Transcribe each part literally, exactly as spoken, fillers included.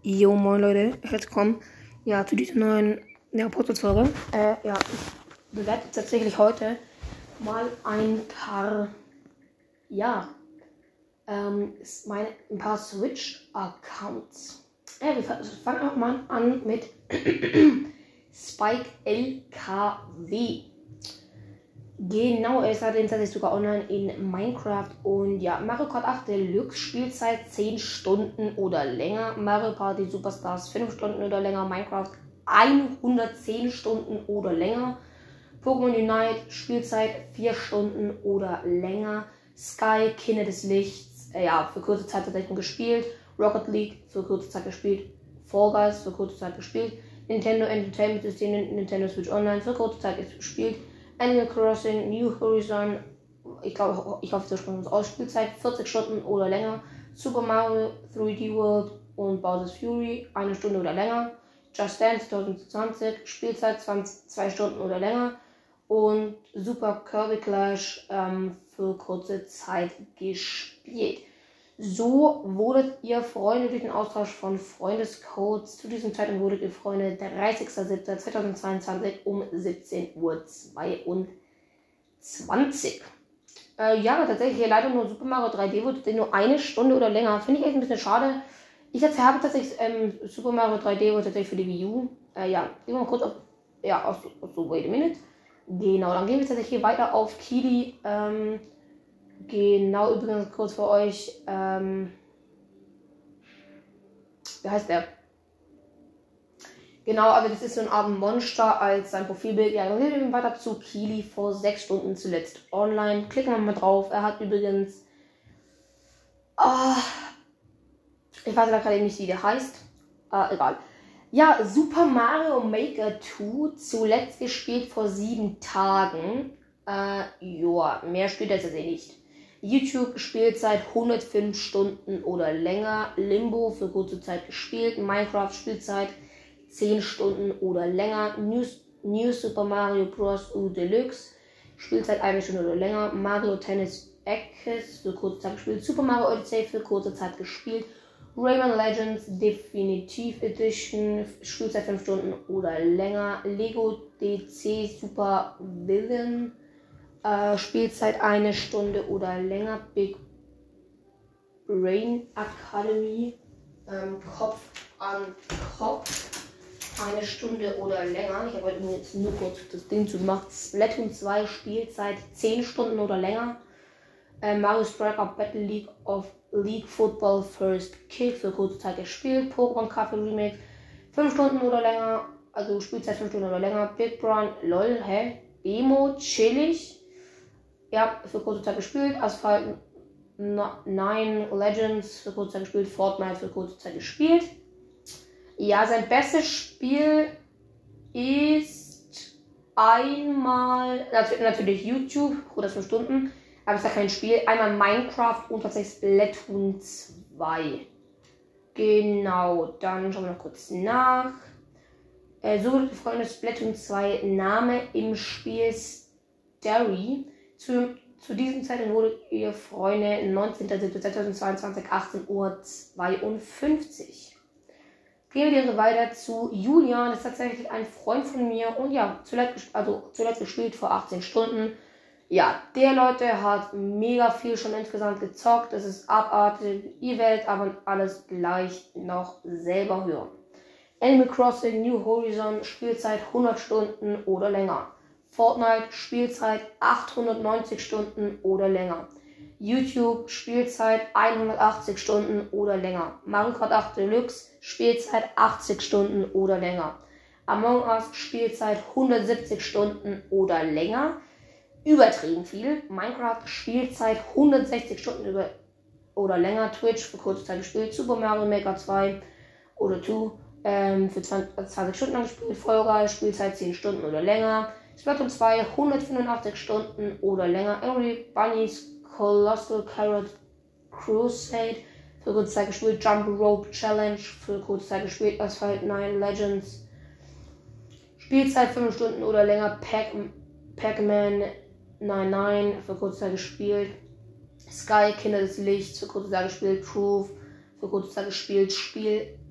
Jo, moin Leute, herzlich willkommen ja, zu dieser neuen ja, Podcast-Folge. Äh, ja, ich bewerte tatsächlich heute mal ein paar, ja, ähm, ist meine, ein paar Switch-Accounts. Ja, wir fangen auch mal an mit Spike L K W. Genau, er ist halt tatsächlich sogar online in Minecraft. Und ja, Mario Kart acht Deluxe Spielzeit zehn Stunden oder länger. Mario Party Superstars fünf Stunden oder länger. Minecraft hundertzehn Stunden oder länger. Pokémon Unite Spielzeit vier Stunden oder länger. Sky Kinder des Lichts, äh, ja, für kurze Zeit tatsächlich gespielt. Rocket League für kurze Zeit gespielt. Fall Guys für kurze Zeit gespielt. Nintendo Entertainment System, Nintendo Switch Online für kurze Zeit gespielt. Animal Crossing, New Horizon, ich glaube, ich hoffe, das ist aus Spielzeit vierzig Stunden oder länger. Super Mario drei D World und Bowser's Fury, eine Stunde oder länger. Just Dance zwanzig zwanzig, Spielzeit zwanzig, zwei Stunden oder länger. Und Super Kirby Clash ähm, für kurze Zeit gespielt. So wurdet ihr Freunde durch den Austausch von Freundescodes. Zu diesem Zeitpunkt wurdet ihr Freunde dreißigster siebter zweitausendzweiundzwanzig um siebzehn Uhr zweiundzwanzig. Äh, ja, tatsächlich hier leider nur Super Mario drei D World, nur eine Stunde oder länger. Finde ich echt ein bisschen schade. Ich jetzt habe tatsächlich ähm, Super Mario drei D World tatsächlich für die Wii U. Äh, ja, gehen wir mal kurz auf, ja, auf, auf so, wait a minute. Genau, dann gehen wir tatsächlich hier weiter auf Kili. Ähm, Genau, übrigens kurz für euch, ähm, wie heißt der? Genau, also das ist so eine Art Monster als sein Profilbild. Ja, dann gehen wir weiter zu Kili, vor sechs Stunden zuletzt online. Klicken wir mal drauf. Er hat übrigens, oh, ich weiß gerade nicht, wie der heißt. Äh, egal. Ja, Super Mario Maker zwei, zuletzt gespielt vor sieben Tagen. Äh, joa, mehr spielt er tatsächlich nicht. YouTube Spielzeit hundertfünf Stunden oder länger. Limbo für kurze Zeit gespielt. Minecraft Spielzeit zehn Stunden oder länger. New, New Super Mario Bros. U Deluxe Spielzeit eine Stunde oder länger. Mario Tennis X für kurze Zeit gespielt. Super Mario Odyssey für kurze Zeit gespielt. Rayman Legends Definitive Edition Spielzeit fünf Stunden oder länger. Lego D C Super Villain Äh, Spielzeit eine Stunde oder länger. Big Brain Academy, ähm, Kopf an Kopf, eine Stunde oder länger. Ich habe heute jetzt nur kurz das Ding zu gemacht. Splatoon zwei Spielzeit zehn Stunden oder länger. Äh, Mario Striker Battle League of League Football First Kick für kurze Zeit gespielt. Pokémon Kaffee Remake fünf Stunden oder länger. Also Spielzeit fünf Stunden oder länger. Big Brain, lol, hä? Emo, chillig. Ja, für kurze Zeit gespielt. Asphalt neun Legends für kurze Zeit gespielt. Fortnite für kurze Zeit gespielt. Ja, sein bestes Spiel ist einmal natürlich YouTube, oder fünf Stunden. Aber es ist ja kein Spiel. Einmal Minecraft und tatsächlich Splatoon zwei. Genau, dann schauen wir noch kurz nach. Äh, so wurde Freunde Splatoon zwei Name im Spiel Starry. Zu, zu diesem Zeitpunkt wurde ihr Freunde neunzehnter siebter zweitausendzweiundzwanzig achtzehn Uhr zweiundfünfzig. Gehen wir direkt weiter zu Julian. Das ist tatsächlich ein Freund von mir und ja, zuletzt, also zuletzt gespielt vor achtzehn Stunden. Ja, der Leute hat mega viel schon insgesamt gezockt. Das ist abartig. Ihr werdet aber alles gleich noch selber hören. Animal Crossing New Horizon Spielzeit hundert Stunden oder länger. Fortnite Spielzeit achthundertneunzig Stunden oder länger. YouTube Spielzeit hundertachtzig Stunden oder länger. Mario Kart acht Deluxe Spielzeit achtzig Stunden oder länger. Among Us Spielzeit hundertsiebzig Stunden oder länger. Übertrieben viel. Minecraft Spielzeit hundertsechzig Stunden über oder länger. Twitch für kurze Zeit gespielt. Super Mario Maker zwei oder zwei ähm, für zwanzig Stunden lang gespielt. Fall Guys Spielzeit zehn Stunden oder länger. Splatoon zwei hundertfünfundachtzig Stunden oder länger. Angry Bunnies Colossal Carrot Crusade für kurze Zeit gespielt. Jump Rope Challenge für kurze Zeit gespielt. Asphalt neun Legends Spielzeit fünf Stunden oder länger. Pac Pac-Man neunundneunzig für kurze Zeit gespielt. Sky Kinder des Lichts für kurze Zeit gespielt. Proof für kurze Zeit gespielt. Spiel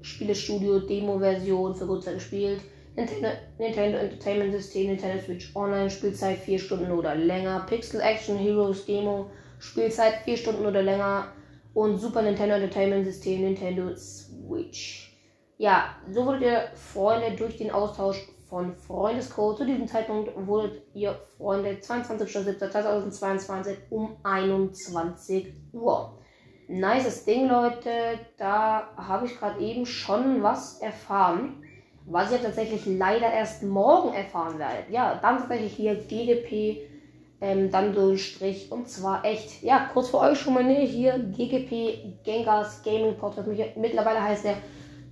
Spielestudio Demo-Version für kurze Zeit gespielt. Nintendo, Nintendo Entertainment System, Nintendo Switch Online, Spielzeit vier Stunden oder länger. Pixel Action Heroes Demo, Spielzeit vier Stunden oder länger. Und Super Nintendo Entertainment System, Nintendo Switch. Ja, so wurdet ihr Freunde durch den Austausch von Freundescode. Zu diesem Zeitpunkt wurdet ihr Freunde zweiundzwanzigster siebter zweitausendzweiundzwanzig um einundzwanzig Uhr. Nices Ding, Leute. Da habe ich gerade eben schon was erfahren, was ich tatsächlich leider erst morgen erfahren werde. Ja, dann tatsächlich hier G G P, ähm, dann Durchstrich, und zwar echt, ja, kurz für euch schon mal, ne, hier G G P, Gengas Gaming Podcast. Mittlerweile heißt der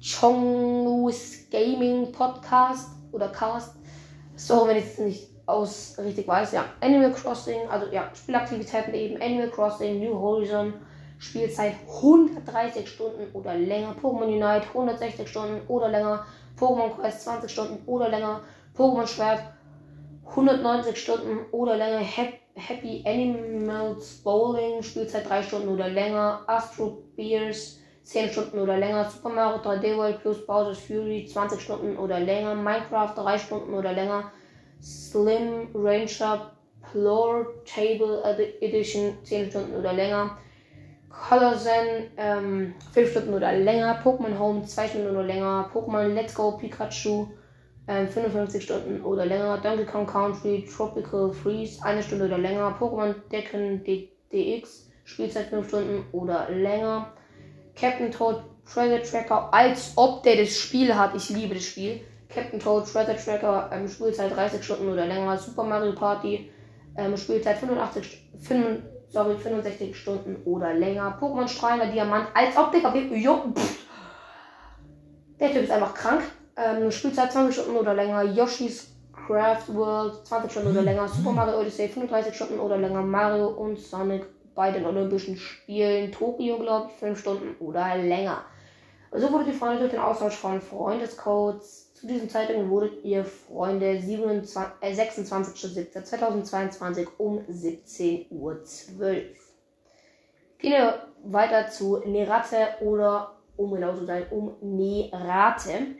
Chongus Gaming Podcast oder Cast. So, wenn ich es nicht aus richtig weiß, ja. Animal Crossing, also ja, Spielaktivitäten eben, Animal Crossing, New Horizon, Spielzeit hundertdreißig Stunden oder länger, Pokémon Unite hundertsechzig Stunden oder länger, Pokémon Quest zwanzig Stunden oder länger, Pokémon Schwert hundertneunzig Stunden oder länger, Happy Animals Bowling, Spielzeit drei Stunden oder länger, Astro Bears zehn Stunden oder länger, Super Mario drei D World plus Bowser's Fury zwanzig Stunden oder länger, Minecraft drei Stunden oder länger, Slim Ranger Portable Edition zehn Stunden oder länger, Color Zen ähm, fünf Stunden oder länger, Pokémon Home zwei Stunden oder länger, Pokémon Let's Go Pikachu ähm, fünfundfünfzig Stunden oder länger, Donkey Kong Country Tropical Freeze eine Stunde oder länger, Pokémon Decken D X Spielzeit fünf Stunden oder länger, Captain Toad Treasure Tracker, als ob der das Spiel hat, ich liebe das Spiel, Captain Toad Treasure Tracker, ähm, Spielzeit dreißig Stunden oder länger, Super Mario Party, ähm, Spielzeit fünfundachtzig, fünf, sorry, fünfundsechzig Stunden oder länger, Pokémon Strahlender Diamant, als ob der jo, der Typ ist einfach krank, ähm, Spielzeit zwanzig Stunden oder länger, Yoshi's Craft World zwanzig Stunden oder länger, Super Mario Odyssey fünfunddreißig Stunden oder länger, Mario und Sonic bei den Olympischen Spielen Tokio, glaube ich, fünf Stunden oder länger. So wurdet ihr Freunde durch den Austausch von Freundescodes. Zu diesem Zeitpunkt wurdet ihr Freunde sechsundzwanzigster siebter zweitausendzweiundzwanzig um siebzehn Uhr zwölf. Gehen wir weiter zu Nerate oder, um genau zu sein, um Nerate.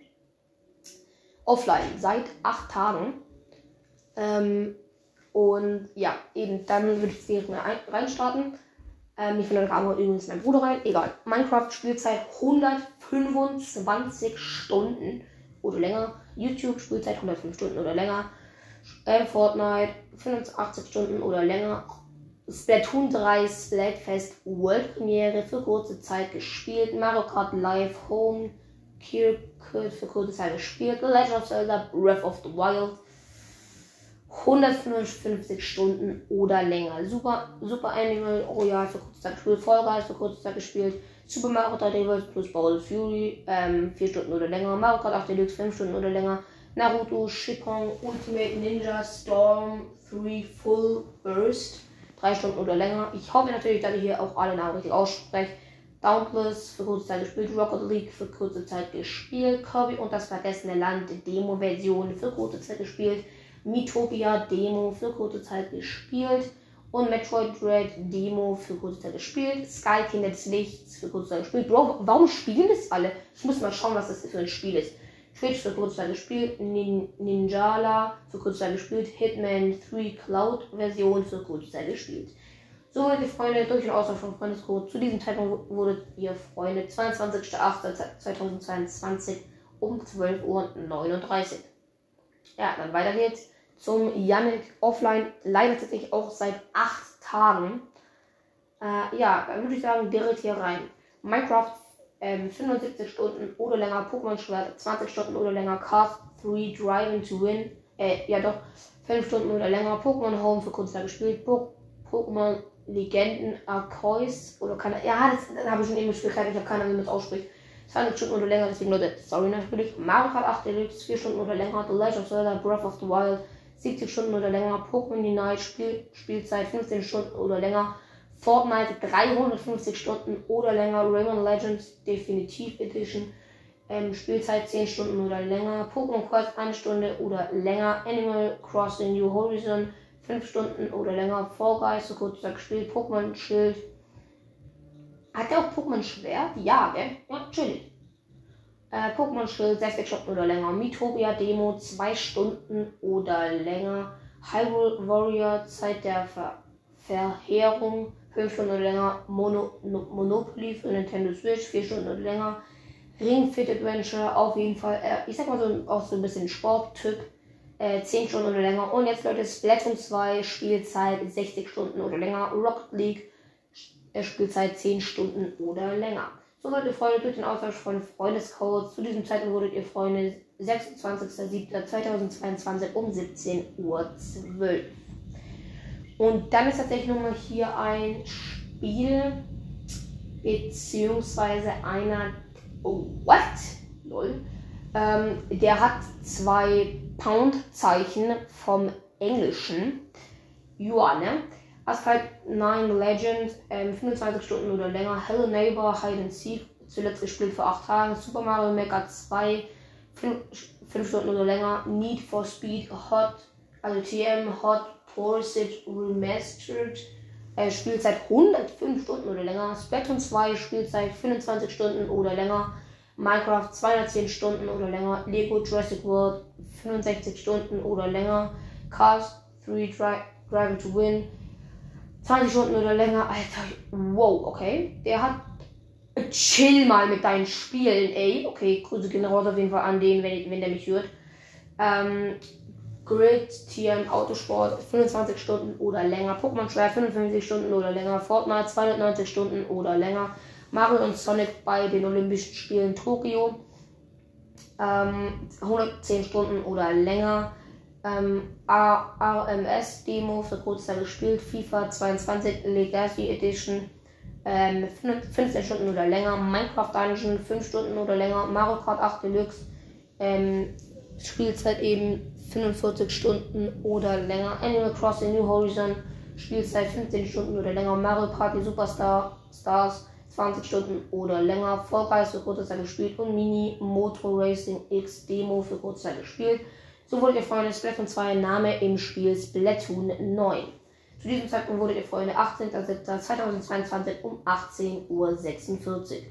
Offline seit acht Tagen. Ähm, Und ja, eben, dann würde ich direkt mal reinstarten. Ähm, ich finde, da kam heute übrigens mein Bruder rein. Egal. Minecraft-Spielzeit hundertfünfundzwanzig Stunden oder länger. YouTube-Spielzeit hundertfünf Stunden oder länger. Äh, Fortnite fünfundachtzig Stunden oder länger. Splatoon drei Splatfest World Premiere für kurze Zeit gespielt. Mario Kart Live Home Circuit für kurze Zeit gespielt. The Legend of Zelda Breath of the Wild hundertfünfundfünfzig Stunden oder länger. Super, Super Animal Royale für kurze Zeit gespielt. Fall Guys für kurze Zeit gespielt. Super Mario drei D World plus Bowser's Fury ähm, vier Stunden oder länger. Mario Kart acht Deluxe fünf Stunden oder länger. Naruto Shippuden Ultimate Ninja Storm drei Full Burst drei Stunden oder länger. Ich hoffe natürlich, dass ich hier auch alle Namen richtig ausspreche. Dauntless für kurze Zeit gespielt. Rocket League für kurze Zeit gespielt. Kirby und das vergessene Land Demo-Version für kurze Zeit gespielt. Miitopia Demo für kurze Zeit gespielt und Metroid Dread Demo für kurze Zeit gespielt. Sky Kinder des Lichts für kurze Zeit gespielt. Bro, warum spielen das alle? Ich muss mal schauen, was das für ein Spiel ist. Twitch für kurze Zeit gespielt. Nin Ninjala für kurze Zeit gespielt. Hitman drei Cloud Version für kurze Zeit gespielt. So, liebe Freunde, durch den Austausch von Freundescode. Zu diesem Zeitpunkt wurdet ihr Freunde zweiundzwanzigster achter zweitausendzweiundzwanzig um zwölf Uhr neununddreißig. Ja, dann weiter geht's zum Yannick offline. Leider tatsächlich auch seit acht Tagen. Äh, ja, dann würde ich sagen, direkt hier rein. Minecraft ähm, fünfundsiebzig Stunden oder länger. Pokémon Schwert zwanzig Stunden oder länger. Cast drei Driving to Win. Äh, ja doch, fünf Stunden oder länger. Pokémon Home für kurze Zeit gespielt. Po Pokémon Legenden Arceus. Oder keine. Ja, das, das habe ich schon eben gespielt. Ich habe keine Ahnung, wie man das ausspricht. zwanzig Stunden oder länger, deswegen Leute, sorry natürlich. Mario Kart acht Deluxe, vier Stunden oder länger. The Legend of Zelda Breath of the Wild, siebzig Stunden oder länger. Pokémon Unite, Spiel, Spielzeit fünfzehn Stunden oder länger. Fortnite dreihundertfünfzig Stunden oder länger. Rayman Legends Definitive Edition, ähm, Spielzeit zehn Stunden oder länger. Pokémon Quest eine Stunde oder länger. Animal Crossing New Horizon fünf Stunden oder länger. Fall Guys, so kurz gespielt. Pokémon Schild. Hat der auch Pokémon Schwert? Ja, gell? Ja, chillig. Äh, Pokémon Schild sechzig Stunden oder länger. Miitopia Demo zwei Stunden oder länger. Hyrule Warrior Zeit der Ver Verheerung fünf Stunden oder länger. Mono no Monopoly für Nintendo Switch vier Stunden oder länger. Ring Fit Adventure auf jeden Fall. Äh, ich sag mal so auch so ein bisschen Sporttyp. Äh, zehn Stunden oder länger. Und jetzt Leute, Splatoon zwei Spielzeit sechzig Stunden oder länger. Rocket League äh, Spielzeit zehn Stunden oder länger. So Leute, Freunde, durch den Austausch von Freundescodes. Zu diesem Zeitpunkt wurdet ihr Freunde sechsundzwanzigster siebter zweitausendzweiundzwanzig um siebzehn Uhr zwölf. Und dann ist tatsächlich nochmal hier ein Spiel, beziehungsweise einer, oh, what? Lol. Ähm, der hat zwei Pound-Zeichen vom Englischen. Ja, ne? Asphalt neun Legend, ähm, fünfundzwanzig Stunden oder länger. Hello Neighbor, Hide and Seek, zuletzt gespielt vor acht Tagen. Super Mario Maker zwei, fünf Stunden oder länger. Need for Speed Hot, also T M Hot Pursuit Remastered, äh, Spielzeit hundertfünf Stunden oder länger. Splatoon zwei, Spielzeit fünfundzwanzig Stunden oder länger. Minecraft zweihundertzehn Stunden oder länger. Lego Jurassic World fünfundsechzig Stunden oder länger. Cars drei Dri Driving to Win zwanzig Stunden oder länger. Alter, wow, okay. Der hat. Chill mal mit deinen Spielen, ey. Okay, Grüße gehen raus auf jeden Fall an den, wenn, wenn der mich hört. Ähm, Grid, Tieren, Autosport, fünfundzwanzig Stunden oder länger. Pokémon Schwer, fünfundfünfzig Stunden oder länger. Fortnite, zweihundertneunzig Stunden oder länger. Mario und Sonic bei den Olympischen Spielen Tokio, ähm, hundertzehn Stunden oder länger. Ähm, R M S-Demo für kurze Zeit gespielt. FIFA zweiundzwanzig Legacy Edition, ähm, fünfzehn Stunden oder länger. Minecraft Dungeon, fünf Stunden oder länger. Mario Kart acht Deluxe, ähm, Spielzeit eben fünfundvierzig Stunden oder länger. Animal Crossing New Horizon, Spielzeit fünfzehn Stunden oder länger. Mario Party Superstar Stars, zwanzig Stunden oder länger. Fall Guys für kurze Zeit gespielt und Mini Moto Racing X Demo für kurze Zeit gespielt. So wurdet ihr Freunde Splatoon zwei Name im Spiel Splatoon neun. Zu diesem Zeitpunkt wurdet ihr Freunde achtzehnter siebter zweitausendzweiundzwanzig um achtzehn Uhr sechsundvierzig.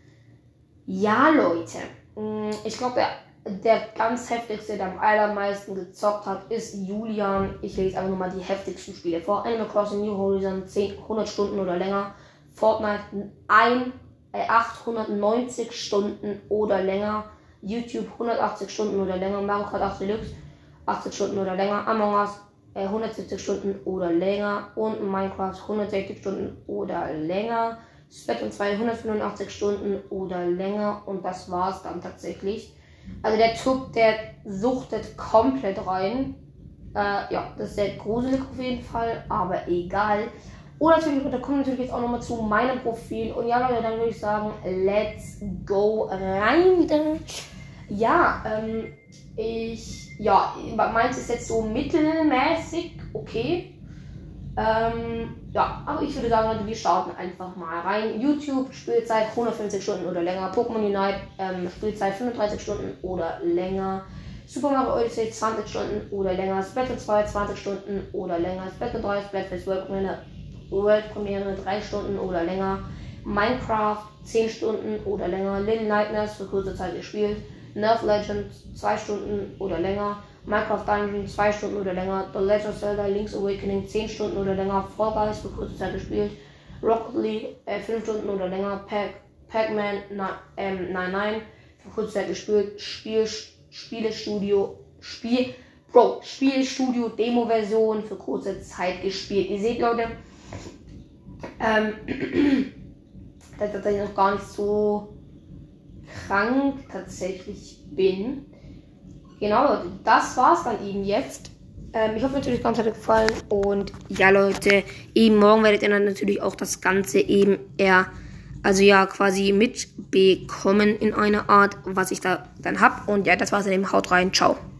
Ja Leute, ich glaube der, der ganz heftigste, der am allermeisten gezockt hat, ist Julian. Ich lese einfach nur mal die heftigsten Spiele vor. Animal Crossing New Horizon zehn, hundert Stunden oder länger. Fortnite ein, äh, achthundertneunzig Stunden oder länger. YouTube hundertachtzig Stunden oder länger. Mario Kart acht Deluxe achtzig Stunden oder länger. Among Us äh, hundertsiebzig Stunden oder länger. Und Minecraft hundertsechzig Stunden oder länger. Splatoon zwei hundertfünfundachtzig Stunden oder länger. Und das war's dann tatsächlich. Also der Typ, der suchtet komplett rein. Äh, ja, das ist sehr gruselig auf jeden Fall, aber egal. Und natürlich, da kommt natürlich jetzt auch nochmal zu meinem Profil. Und ja, Leute, dann würde ich sagen, let's go rein wieder. Ja, ähm, ich, ja, meins ist jetzt so mittelmäßig, okay. Ähm, ja, aber ich würde sagen, Leute, wir starten einfach mal rein. YouTube, Spielzeit hundertfünfzig Stunden oder länger. Pokémon Unite, ähm, Spielzeit fünfunddreißig Stunden oder länger. Super Mario Odyssey zwanzig Stunden oder länger. Splatoon zwei zwanzig Stunden oder länger. Splatoon drei Splatfest World Premiere, World Premiere drei Stunden oder länger. Minecraft zehn Stunden oder länger. Little Nightmares für kurze Zeit gespielt. Nerf Legends zwei Stunden oder länger. Minecraft Dungeon zwei Stunden oder länger. The Legend of Zelda Link's Awakening zehn Stunden oder länger. Fall Guys für kurze Zeit gespielt. Rocket League äh, fünf Stunden oder länger. Pac Pac-Man ähm, neun neun für kurze Zeit gespielt. Spiel Spielestudio Spiel Bro Spielstudio Demo Version für kurze Zeit gespielt. Ihr seht, Leute, ähm, dass ich tatsächlich noch gar nicht so krank tatsächlich bin. Genau, Leute, das war's dann eben jetzt. Ähm, ich hoffe natürlich, ganz hat euch gefallen. Und ja, Leute, eben morgen werdet ihr dann natürlich auch das Ganze eben eher, also ja, quasi mitbekommen in einer Art, was ich da dann hab. Und ja, das war's dann eben. Haut rein. Ciao.